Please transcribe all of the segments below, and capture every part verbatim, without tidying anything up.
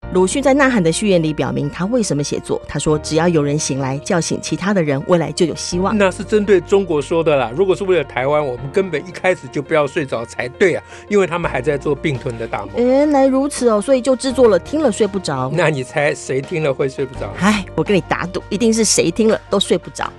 鲁迅在《呐喊》的序言里表明他为什么写作，他说只要有人醒来叫醒其他的人，未来就有希望。 那是针对中国说的啦，如果是为了台湾，我们根本一开始就不要睡着才对啊，因为他们还在做并吞的大梦。 原来如此哦，所以就制作了听了睡不着。 那你猜谁听了会睡不着？ 哎，我跟你打赌，一定是谁听了都睡不着。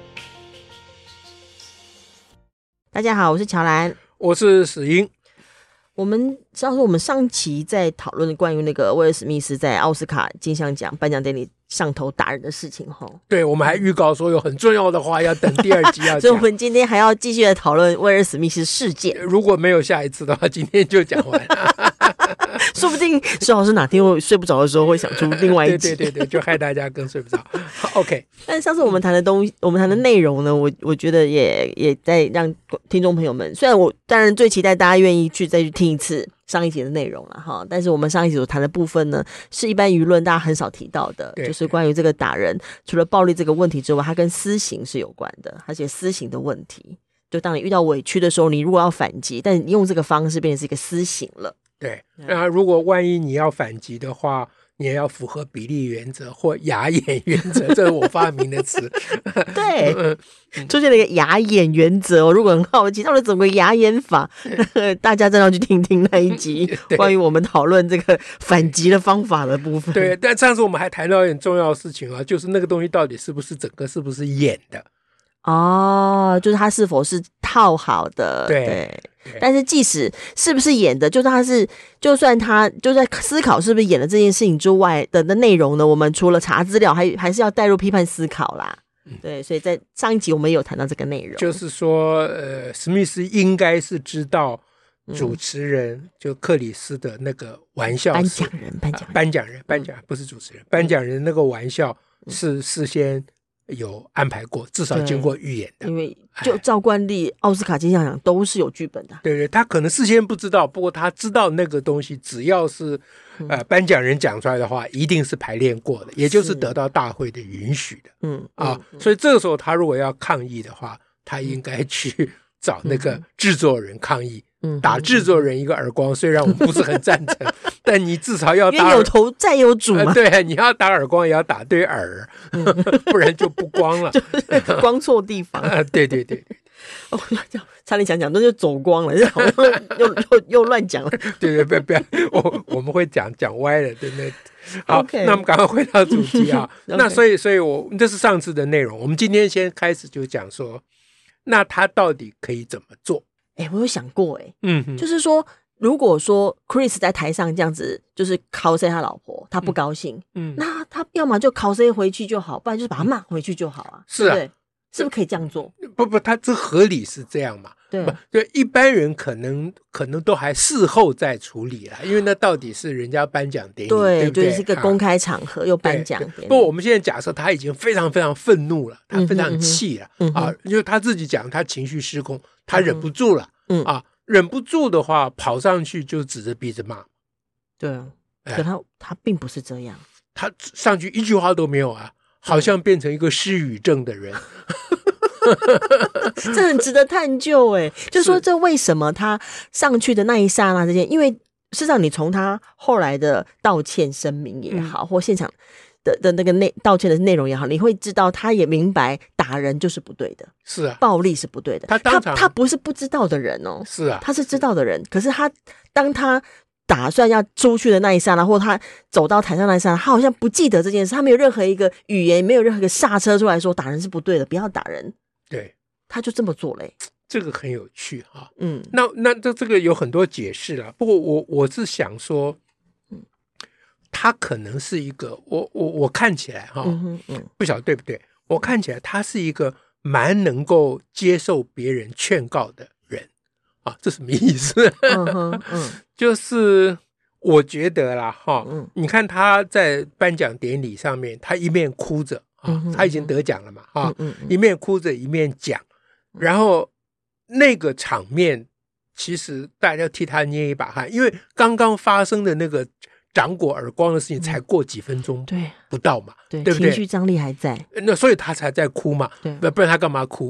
大家好，我是乔兰， 我是史英。 我们上次我们上期在讨论关于那个威尔史密斯在奥斯卡金像奖颁奖典礼上头打人的事情吼， 对，我们还预告说有很重要的话要等第二集要讲， 所以我们今天还要继续的讨论威尔史密斯事件。 如果没有下一次的话，今天就讲完说不定施老师哪天会睡不着的时候会想出另外一集， 对对对对，就害大家更睡不着。OK， 但上次我们谈的东西，我们谈的内容呢，我我觉得也也在让听众朋友们，虽然我当然最期待大家愿意去再去听一次上一集的内容了哈，但是我们上一集所谈的部分呢，是一般舆论大家很少提到的，就是关于这个打人，除了暴力这个问题之外，它跟私刑是有关的，而且私刑的问题，就当你遇到委屈的时候，你如果要反击，但你用这个方式变成是一个私刑了。 对，那如果万一你要反击的话，你也要符合比例原则或哑眼原则，这是我发明的词。 对，出现了一个哑眼原则、哦、如果很好奇到底怎么个哑眼法，大家真的要去听听那一集关于我们讨论这个反击的方法的部分。 对，但上次我们还谈到一点重要的事情啊，就是那个东西到底是不是整个是不是演的。 哦，就是他是否是套好的。 对, 对，但是即使是不是演的，就算他是就算他就在思考是不是演的这件事情之外 的, 的内容呢，我们除了查资料还还是要带入批判思考啦。对，所以在上一集我们也有谈到这个内容， 就是说呃，史密斯应该是知道主持人、嗯、就克里斯的那个玩笑， 颁奖人颁奖人颁奖人颁奖不是主持人，颁奖人那个玩笑是事先有安排过，至少经过预演的， 因为就照惯例奥斯卡金像奖都是有剧本的。 对对，他可能事先不知道，不过他知道那个东西只要是、嗯、呃颁奖人讲出来的话一定是排练过的，也就是得到大会的允许的。嗯啊、嗯，所以这个时候他如果要抗议的话，他应该去找那个制作人抗议、嗯、打制作人一个耳光，虽然我不是很赞成但你至少要打， 冤有头债有主嘛、 呃、对，你要打耳光也要打对耳、嗯、不然就不光了就是光错地方、 呃、对对对对哦，差点讲讲，那就走光了，好像又又又乱讲了。 对对，不要不要，我我们会讲讲歪了，对不对？好， okay. 那我们赶快回到主题啊。okay. 那所以，所以我这是上次的内容，我们今天先开始就讲说，那他到底可以怎么做？ 哎、欸，我有想过、欸，哎， 嗯， 就是说，如果说 Chris 在台上这样子，就是cos他老婆，他不高兴，嗯，嗯那他要么就cos回去就好，不然就是把他骂回去就好啊， 是啊。 对，是不是可以这样做？ 不不，他这合理是这样嘛？ 对， 对，一般人可能可能都还事后再处理啦，因为那到底是人家颁奖典礼，对, 对不对？ 就是一个公开场合、啊、又颁奖典礼。 不过我们现在假设他已经非常非常愤怒了，他非常气了、嗯、啊，因为他自己讲他情绪失控，他忍不住了、嗯、啊，忍不住的话跑上去就指着鼻子骂。 对啊，可他、哎、他并不是这样， 他上去一句话都没有啊，好像变成一个失语症的人。 这很值得探究哎，就是说这为什么他上去的那一刹那之间，因为事实上你从他后来的道歉声明也好、嗯、或现场 的, 的那个内道歉的内容也好，你会知道他也明白打人就是不对的， 是啊， 暴力是不对的，他当场 他, 他不是不知道的人哦， 是啊， 他是知道的人，可是他当他打算要出去的那一刹那，或他走到台上那一刹那，他好像不记得这件事，他没有任何一个语言，没有任何一个刹车出来说打人是不对的，不要打人。 对， 他就这么做了、欸、 这个很有趣哈。 嗯， 那那这这个有很多解释啦，不过我我是想说，他可能是一个我我我看起来哈，嗯嗯，不晓得对不对？我看起来他是一个蛮能够接受别人劝告的人啊，这什么意思？嗯哼嗯，就是我觉得啦哈，嗯，你看他在颁奖典礼上面，他一面哭着。啊、他已经得奖了嘛、啊嗯嗯嗯、一面哭着一面讲，然后那个场面其实大家替他捏一把汗，因为刚刚发生的那个掌掴耳光的事情才过几分钟不到嘛， 对， 对不对？ 情绪张力还在， 那所以他才在哭嘛，对，不然他干嘛哭？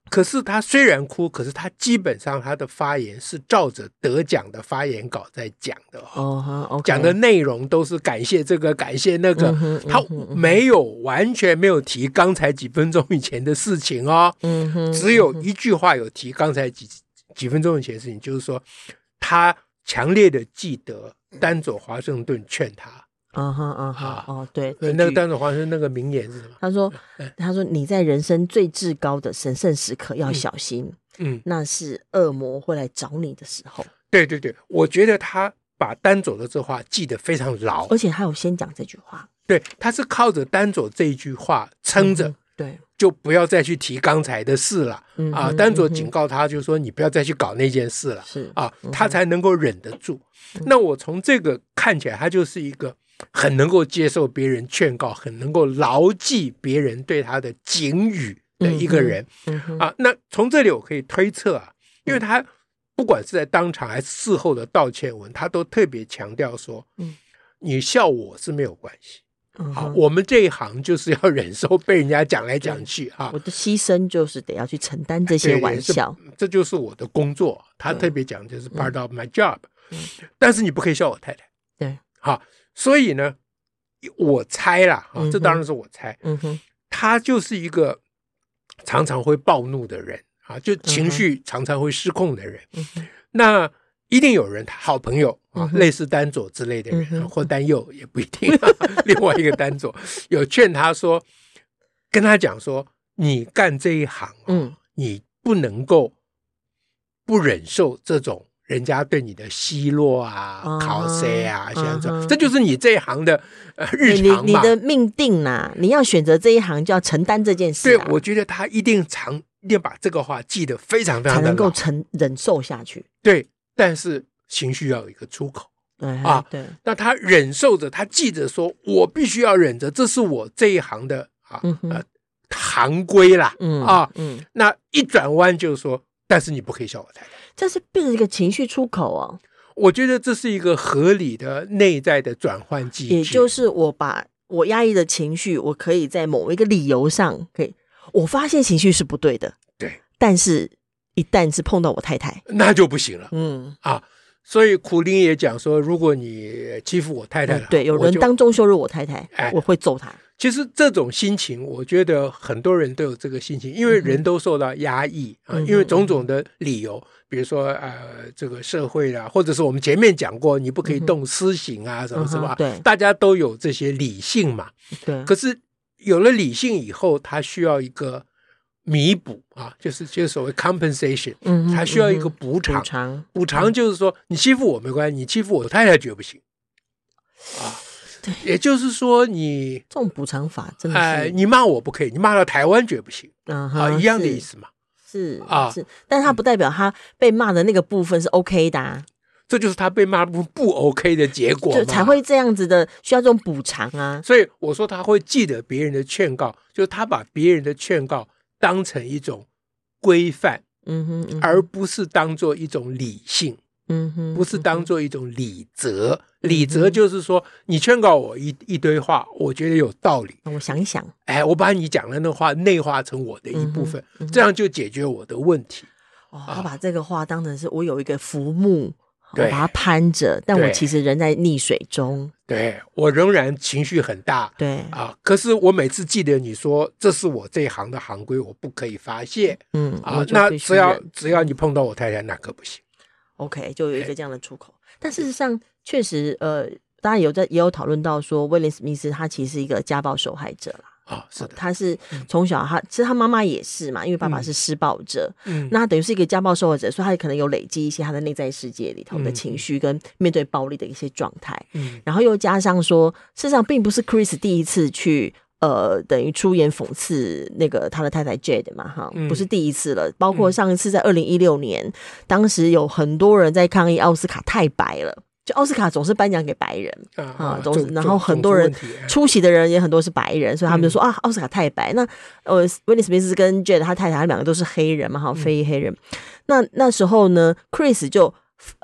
可是他虽然哭，可是他基本上他的发言是照着得奖的发言稿在讲的哦， oh, okay. 讲的内容都是感谢这个感谢那个，嗯、他没有完全没有提刚才几分钟以前的事情哦，嗯、只有一句话有提刚才几几分钟以前的事情，就是说他强烈的记得丹佐华盛顿劝他。 啊哈啊哈哦，对， 那个丹佐华盛顿那个名言是什么？ 他说：“他说你在人生最至高的神圣时刻要小心，嗯，那是恶魔会来找你的时候。” 对对对，我觉得他把丹佐的这话记得非常牢， 而且他有先讲这句话。 对，他是靠着丹佐这一句话撑着，嗯、 对， 就不要再去提刚才的事了、嗯、啊。丹佐警告他，就说你不要再去搞那件事了， 是啊，他才能够忍得住。嗯、那我从这个看起来，他就是一个很能够接受别人劝告，很能够牢记别人对他的警语的一个人、嗯嗯、啊。那从这里我可以推测啊，因为他不管是在当场还是事后的道歉文，他都特别强调说，嗯，你笑我是没有关系。好，我们这一行就是要忍受被人家讲来讲去啊， 我的牺牲就是得要去承担这些玩笑， 这就是我的工作。他特别讲就是 part of my job、嗯、但是你不可以笑我太太。 对， 好，所以呢，我猜啦，这当然是我猜，嗯哼，他就是一个常常会暴怒的人啊，就情绪常常会失控的人。嗯、那一定有人好朋友啊，嗯、类似丹佐之类的人、嗯、或丹佑也不一定、啊、另外一个丹佐有劝他说，跟他讲说，你干这一行、啊嗯、你不能够不忍受这种人家对你的奚落啊、考试啊，像这、uh-huh. 这就是你这一行的、呃、日常嘛， 你, 你的命定啊，你要选择这一行就要承担这件事、 啊、对，我觉得他一定常一定把这个话记得非常非常的牢，才能够承忍受下去。 对，但是情绪要有一个出口、 哎、啊，对， 那他忍受着，他记着说，我必须要忍着，这是我这一行的啊、嗯呃、行规啦，嗯啊，嗯，那一转弯就是说，但是你不可以笑我太太， 这是变成一个情绪出口哦。 我觉得这是一个合理的内在的转换机制， 也就是我把我压抑的情绪，我可以在某一个理由上可以，我发现情绪是不对的， 对， 但是一旦是碰到我太太， 那就不行了，嗯啊。所以苦苓也讲说，如果你欺负我太太了、嗯、 对，有人当众羞辱我太太、哎、我会揍他。 其实这种心情我觉得很多人都有这个心情，因为人都受到压抑、嗯、啊，因为种种的理由，比如说呃这个社会啊，或者是我们前面讲过你不可以动私刑啊、嗯、什么什么、嗯、 对， 大家都有这些理性嘛， 对。 可是有了理性以后，它需要一个弥补啊，就是就是所谓 compensation， 嗯，它需要一个补偿，补偿， 补偿就是说，你欺负我没关系，你欺负我太太绝不行啊。 对， 也就是说你， 这种补偿法真的是， 哎、呃，你骂我不可以，你骂到台湾绝不行， 嗯啊，一样的意思嘛， 是啊，是，但他不代表他被骂的那个部分是 OK 的啊。 这就是他被骂不不 OK 的结果嘛， 就才会这样子的，需要这种补偿啊。 所以我说他会记得别人的劝告，就是他把别人的劝告当成一种规范，嗯哼，嗯哼，而不是当做一种理性，嗯哼，不是当做一种理则。嗯、理则就是说，你劝告我一一堆话，我觉得有道理， 我想一想， 哎，我把你讲的那话内化成我的一部分，嗯嗯、这样就解决我的问题。 哦，他把这个话当成是我有一个浮木。我把它攀着，但我其实人在溺水中， 对，我仍然情绪很大， 对啊，可是我每次记得你说这是我这一行的行规，我不可以发泄，嗯啊，那只要只要你碰到我太太，那可不行。 OK， 就有一个这样的出口，但事实上确实，呃，大家有在也有讨论到说，威廉史密斯他其实是一个家暴受害者啦。 哦，是的， 他是从小他、嗯、其实他妈妈也是嘛，因为爸爸是施暴者，嗯，那他等于是一个家暴受害者，所以他可能有累积一些他的内在世界里头的情绪跟面对暴力的一些状态，嗯，然后又加上说，事实上并不是 Chris 第一次去呃等于出言讽刺那个他的太太 Jade 嘛，哈，不是第一次了，包括上一次在二零一六年，当时有很多人在抗议奥斯卡太白了。就奥斯卡总是颁奖给白人 啊, 啊总是，然后很多人出席的人也很多是白人，所以他们就说、嗯、啊，奥斯卡太白。那呃，威廉史密斯跟 Jade 他太太，他两个都是黑人嘛，哈，非裔黑人。嗯、那那时候呢 ，Chris 就他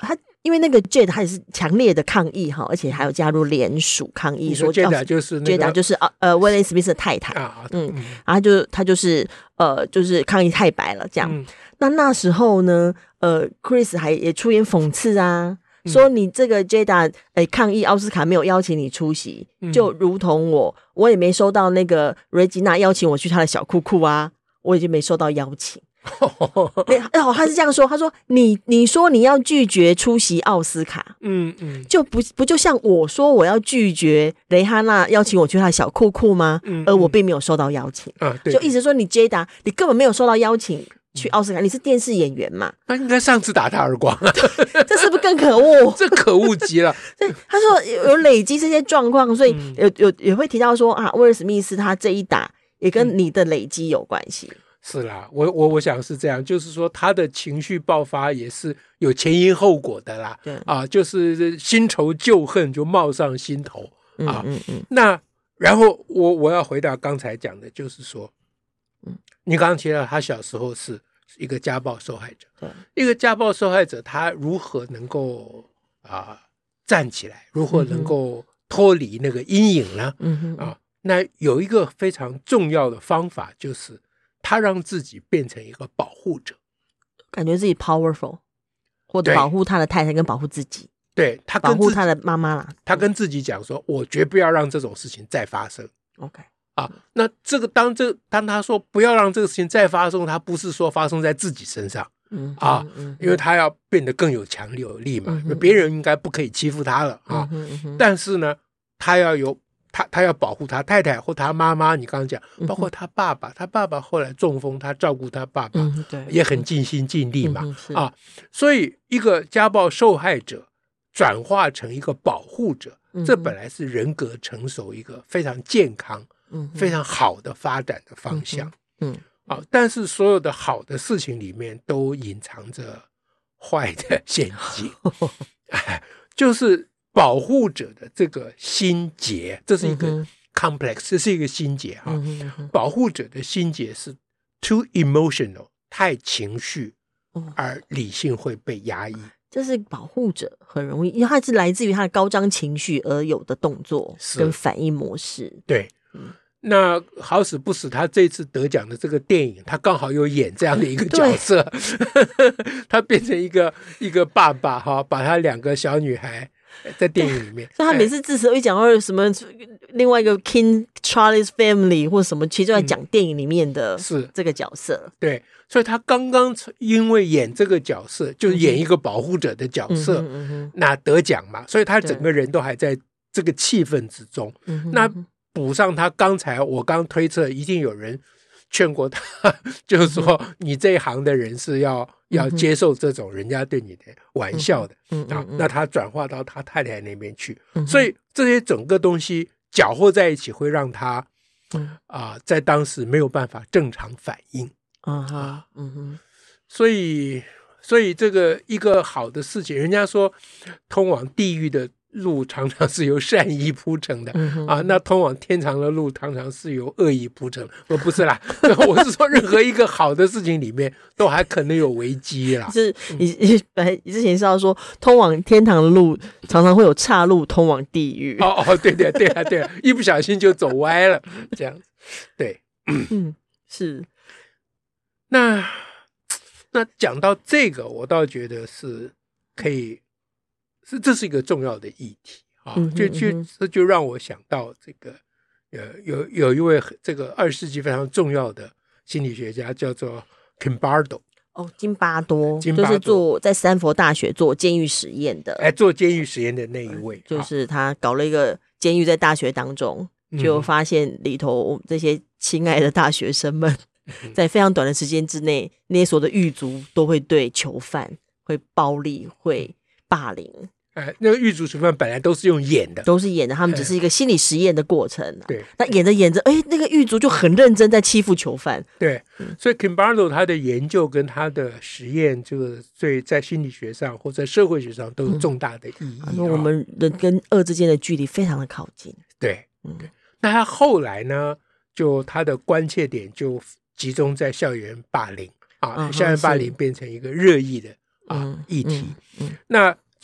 因为那个 Jada 他也是强烈的抗议哈，而且还有加入联署抗议， 说 Jada 就是那个 Jada 就是呃威廉史密斯的太太啊，嗯，然后就他就是呃就是抗议太白了这样。嗯、那那时候呢，呃 ，Chris 还也出言讽刺啊，嗯、说你这个 Jada 哎抗议奥斯卡没有邀请你出席，嗯、就如同我我也没收到那个 Regina 邀请我去他的小库库啊，我已经没收到邀请。哦，他是这样说，他说你你说你要拒绝出席奥斯卡，嗯嗯，就不不就像我说我要拒绝蕾哈娜邀请我去他的小库库吗？嗯，而我并没有收到邀请啊，对，就意思说你 Jada 你根本没有收到邀请去奥斯卡，你是电视演员嘛？ 那应该上次打他耳光啊， 这是不是更可恶？ 这可恶极了。 对，他说有累积这些状况，所以有有也会提到说啊，威尔史密斯他这一打也跟你的累积有关系。嗯是啦，我我我想是这样，就是说他的情绪爆发也是有前因后果的啦，对啊，就是新仇旧恨就冒上心头啊，嗯嗯嗯。那然后我我要回答刚才讲的，就是说，嗯，你刚刚提到他小时候是一个家暴受害者，对，一个家暴受害者他如何能够啊站起来，如何能够脱离那个阴影呢？嗯哼啊，那有一个非常重要的方法就是。他让自己变成一个保护者， 感觉自己 powerful， 或者保护他的太太跟保护自己。 对，他保护他的妈妈啦。 他跟自己讲说：“我绝不要让这种事情再发生。” OK 啊，那这个当这当他说不要让这个事情再发生，他不是说发生在自己身上，嗯啊，嗯因为他要变得更有强力有力嘛，嗯、别人应该不可以欺负他了啊。嗯嗯、但是呢，他要有。他他要保护他太太或他妈妈，你刚刚讲，包括他爸爸，嗯、他爸爸后来中风，他照顾他爸爸，嗯、对也很尽心尽力嘛，嗯、啊，所以一个家暴受害者转化成一个保护者，嗯、这本来是人格成熟一个非常健康、嗯、非常好的发展的方向，嗯，嗯啊，但是所有的好的事情里面都隐藏着坏的陷阱，哎，就是。保护者的这个心结，这是一个 complex，、嗯、这是一个心结哈、嗯嗯。保护者的心结是 too emotional， 太情绪，而理性会被压抑。 这是保护者很容易，因为它是来自于他的高涨情绪而有的动作跟反应模式。 对，嗯、那好死不死，他这次得奖的这个电影，他刚好有演这样的一个角色，他变成一个一个爸爸哈，把他两个小女孩。在电影里面， 所以他每次至少一讲到什么另外一个 King Charlie's Family 或什么，其实就在讲电影里面的是这个角色、嗯。 对，所以他刚刚因为演这个角色，就是演一个保护者的角色，嗯嗯嗯、那得奖嘛，所以他整个人都还在这个气氛之中。嗯、那补上他刚才我刚推测，一定有人劝过他，就是说你这一行的人是要。要接受这种人家对你的玩笑的、嗯嗯、啊，那他转化到他太太那边去、嗯、所以这些整个东西搅和在一起会让他、嗯、啊在当时没有办法正常反应、嗯、啊，嗯哼，所以所以这个一个好的事情，人家说通往地狱的路常常是由善意铺成的、嗯、啊，那通往天堂的路常常是由恶意铺成的。我不是啦，我是说任何一个好的事情里面都还可能有危机啦。 是你你本来之前是要说通往天堂的路常常会有岔路通往地狱。 哦哦，对对对啊对啊，一不小心就走歪了，这样对， 嗯，是。 那那讲到这个，我倒觉得是可以。是，这是一个重要的议题啊！就就这就让我想到这个，呃，有有一位这个二十世纪非常重要的心理学家叫做 Kimbardo。 哦，金巴多，金巴多就是做在斯坦福大学做监狱实验的， 哎，做监狱实验的那一位， 就是他搞了一个监狱在大学当中，就发现里头这些亲爱的大学生们，在非常短的时间之内，那些所有的狱卒都会对囚犯会暴力，会霸凌。 哎，那个狱卒囚犯本来都是用演的， 都是演的，他们只是一个心理实验的过程、啊。对，那演着演着，哎，那个狱卒就很认真在欺负囚犯。 对，嗯、所以 Kimbardo 他的研究跟他的实验，这个对在心理学上或在社会学上都有重大的意义。 嗯、我们人跟恶之间的距离非常的靠近。 对，嗯，对。那他后来呢，就他的关切点就集中在校园霸凌啊，嗯、校园霸凌变成一个热议的啊、嗯、议题。嗯嗯嗯、那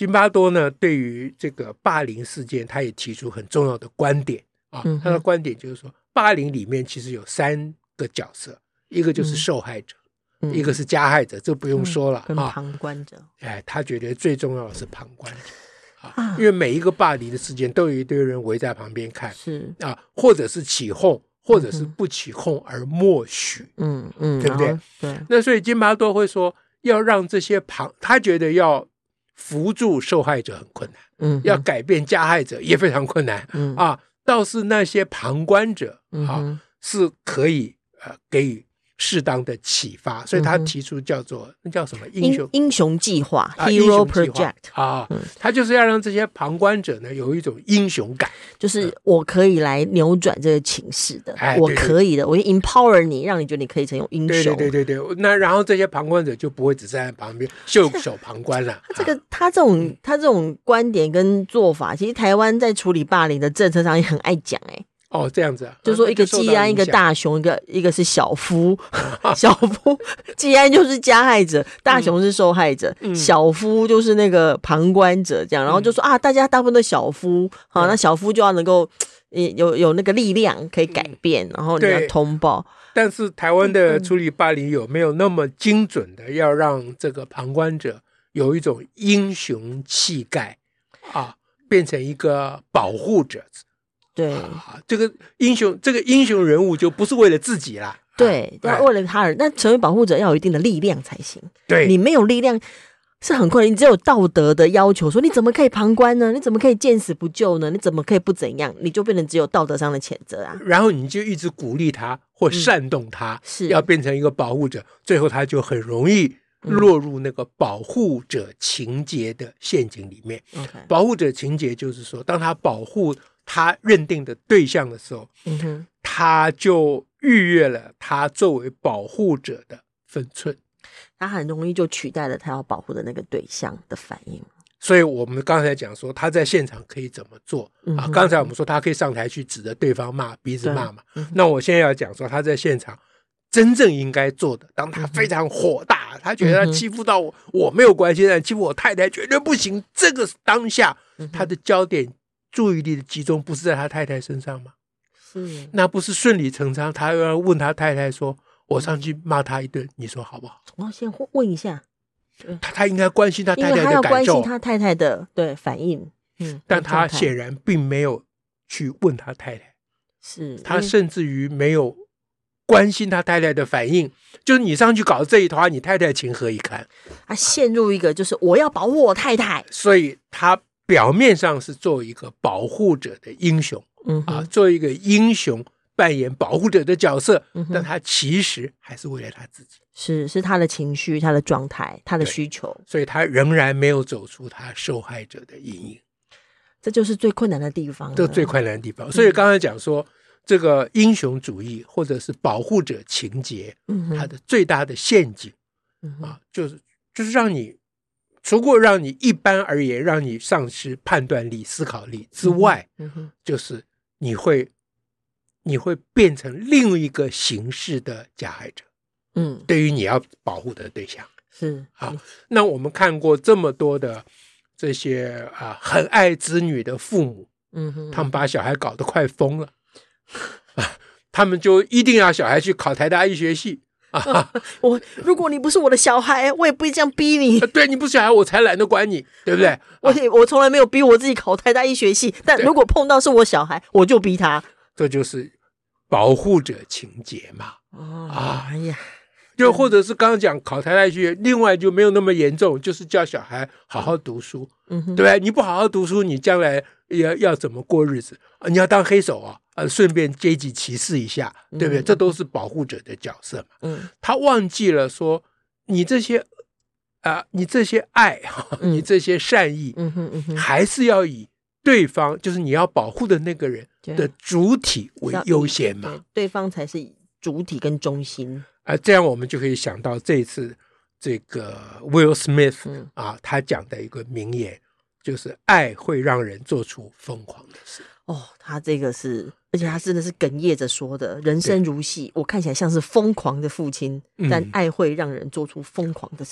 津巴多呢对于这个霸凌事件，他也提出很重要的观点啊。他的观点就是说，霸凌里面其实有三个角色，一个就是受害者，嗯、一个是加害者，这不用说了、 嗯、跟旁观者、啊。 哎，他觉得最重要的是旁观者。啊，因为每一个霸凌的事件都有一堆人围在旁边看，是啊，或者是起哄，或者是不起哄而默许，嗯嗯，对不对？对。那所以津巴多会说，要让这些旁，他觉得要扶助受害者很困难，嗯，要改变加害者也非常困难，嗯啊，倒是那些旁观者啊、嗯、是可以呃给予适当的启发，所以他提出叫做、嗯、那叫什么英雄英雄计划 Hero Project 啊、嗯，他就是要让这些旁观者呢有一种英雄感， 就是我可以来扭转这个情势的，哎、我可以的，我 empower 你，让你觉得你可以成为英雄。 对对对对对，那然后这些旁观者就不会只站在旁边袖手旁观了。 他这个、啊、他这种、嗯、他这种观点跟做法，其实台湾在处理霸凌的政策上也很爱讲哎、欸。 哦，这样子啊， 就是说一个季安，一个大雄，一个一个是小夫，小夫季安就是加害者，大雄是受害者，嗯、小夫就是那个旁观者，这样，然后就说、嗯、啊，大家大部分都小夫，好、嗯，那小夫就要能够有有那个力量可以改变，嗯、然后你要通报。 但是台湾的处理霸凌有没有那么精准的，要让这个旁观者有一种英雄气概啊，变成一个保护者？ 对、 啊，这个英雄，这个英雄人物就不是为了自己啦， 对，要、啊、为了他人。但成为保护者要有一定的力量才行。 对， 你没有力量是很困难，你只有道德的要求，说你怎么可以旁观呢？你怎么可以见死不救呢？你怎么可以不怎样？你就变成只有道德上的谴责啊。 然后你就一直鼓励他或煽动他，嗯、是要变成一个保护者，最后他就很容易落入那个保护者情节的陷阱里面。嗯、保护者情节就是说，当他保护他认定的对象的时候、嗯、哼他就逾越了他作为保护者的分寸， 他很容易就取代了他要保护的那个对象的反应。 所以我们刚才讲说他在现场可以怎么做、嗯、啊？刚才我们说他可以上台去指着对方骂，鼻子骂嘛、嗯、那我现在要讲说他在现场真正应该做的，当他非常火大、嗯、他觉得他欺负到我、嗯、我没有关系，但欺负我太太绝对不行，这个当下、嗯、他的焦点注意力的集中不是在他太太身上吗？是，那不是顺理成章他又要问他太太说，我上去骂他一顿，你说好不好？ 我要先问一下， 他他应该关心他太太的感受，因为他要关心他太太的对反应， 嗯，但他显然并没有去问他太太，是他甚至于没有关心他太太的反应，就是你上去搞这一团，你太太情何以堪？ 他陷入一个就是我要保护我太太， 所以他表面上是做一个保护者的英雄，嗯啊，做一个英雄扮演保护者的角色、嗯、但他其实还是为了他自己， 是是他的情绪，他的状态，他的需求， 所以他仍然没有走出他受害者的阴影， 这就是最困难的地方， 这最困难的地方。所以刚才讲说、嗯、这个英雄主义或者是保护者情节、嗯、它的最大的陷阱、嗯、啊，就是就是让你除过让你一般而言让你丧失判断力思考力之外、嗯嗯、就是你会你会变成另一个形式的加害者，嗯，对于你要保护的对象是好。那我们看过这么多的这些啊很爱子女的父母，嗯哼，他们把小孩搞得快疯了啊，他们就一定要小孩去考台大医学系啊！ 我如果你不是我的小孩，我也不会这样逼你。 对，你不是小孩，我才懒得管你，对不对？ 我我从来没有逼我自己考台大医学系，但如果碰到是我小孩，我就逼他。 这就是保护者情节嘛。 哦，啊，哎呀， 就或者是刚刚讲考台大医学，另外就没有那么严重，就是叫小孩好好读书，嗯哼，对不对？你不好好读书，你将来要要怎么过日子啊？你要当黑手啊？呃，顺便阶级歧视一下，对不对？嗯、这都是保护者的角色嘛。嗯，他忘记了说，你这些啊、呃，你这些爱，嗯、你这些善意，嗯哼嗯哼，还是要以对方，就是你要保护的那个人的主体为优先嘛。 对，对方才是主体跟中心。 啊、呃，这样我们就可以想到这一次这个 Will Smith、嗯、啊，他讲的一个名言，就是爱会让人做出疯狂的事。 哦，他这个是，而且他真的是哽咽着说的，人生如戏，我看起来像是疯狂的父亲，但爱会让人做出疯狂的事。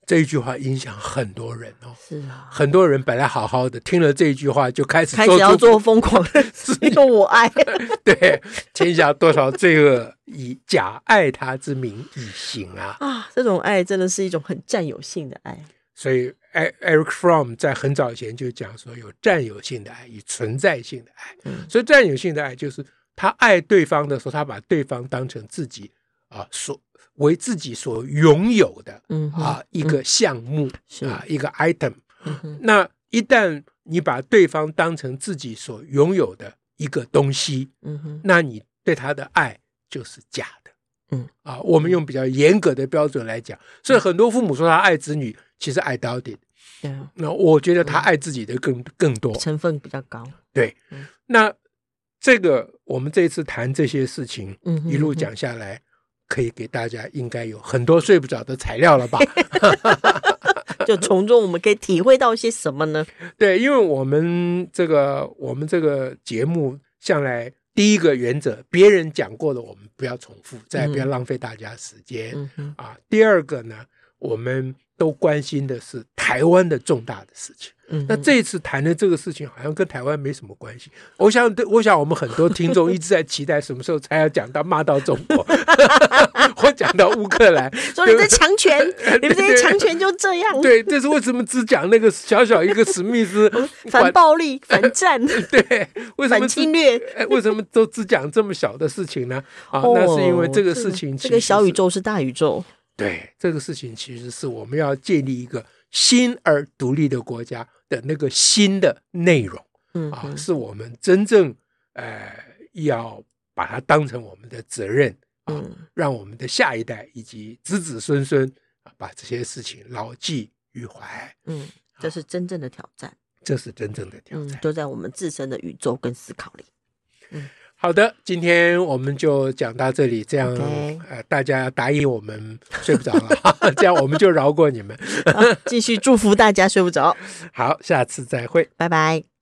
这一句话影响很多人哦。 是啊， 很多人本来好好的，听了这一句话就开始开始要做疯狂的事，因为我爱。 对，天下多少罪恶，以假爱他之名以行啊！ 啊，这种爱真的是一种很占有性的爱。 所以 Eric Fromm 在很早以前就讲说，有占有性的爱与存在性的爱。嗯、所以占有性的爱就是他爱对方的时候，他把对方当成自己啊所为自己所拥有的、嗯、啊一个项目、嗯、啊一个 item、嗯。那一旦你把对方当成自己所拥有的一个东西，嗯、那你对他的爱就是假的。嗯啊，我们用比较严格的标准来讲，所以很多父母说他爱子女，其实 I doubt it。对啊，那我觉得他爱自己的更、嗯、更多， 成分比较高。 对，嗯、那这个我们这一次谈这些事情，嗯、一路讲下来，可以给大家应该有很多睡不着的材料了吧？ 就从中我们可以体会到些什么呢？ 对，因为我们这个我们这个节目向来。第一个原则，别人讲过的我们不要重复，再不要浪费大家时间、嗯啊、第二个呢，我们都关心的是台湾的重大的事情、嗯、那这一次谈的这个事情好像跟台湾没什么关系。我想我想我们很多听众一直在期待什么时候才要讲到骂到中国或讲到乌克兰， 说你这强权你们这些强权就这样。 对，这是为什么只讲那个小小一个史密斯反暴力反战对，为什么反侵略为什么都只讲这么小的事情呢、啊哦、那是因为这个事情这个小宇宙是大宇宙。 对，这个事情其实是我们要建立一个新而独立的国家的那个新的内容、嗯啊、是我们真正呃要把它当成我们的责任、啊嗯、让我们的下一代以及子子孙孙、啊、把这些事情牢记于怀。 嗯，这是真正的挑战， 这是真正的挑战、嗯、 都在我们自身的宇宙跟思考里。嗯， 好的，今天我们就讲到这里，这样、okay. 呃、大家答应我们睡不着了这样我们就饶过你们继续祝福大家睡不着。 好，下次再会， 拜拜。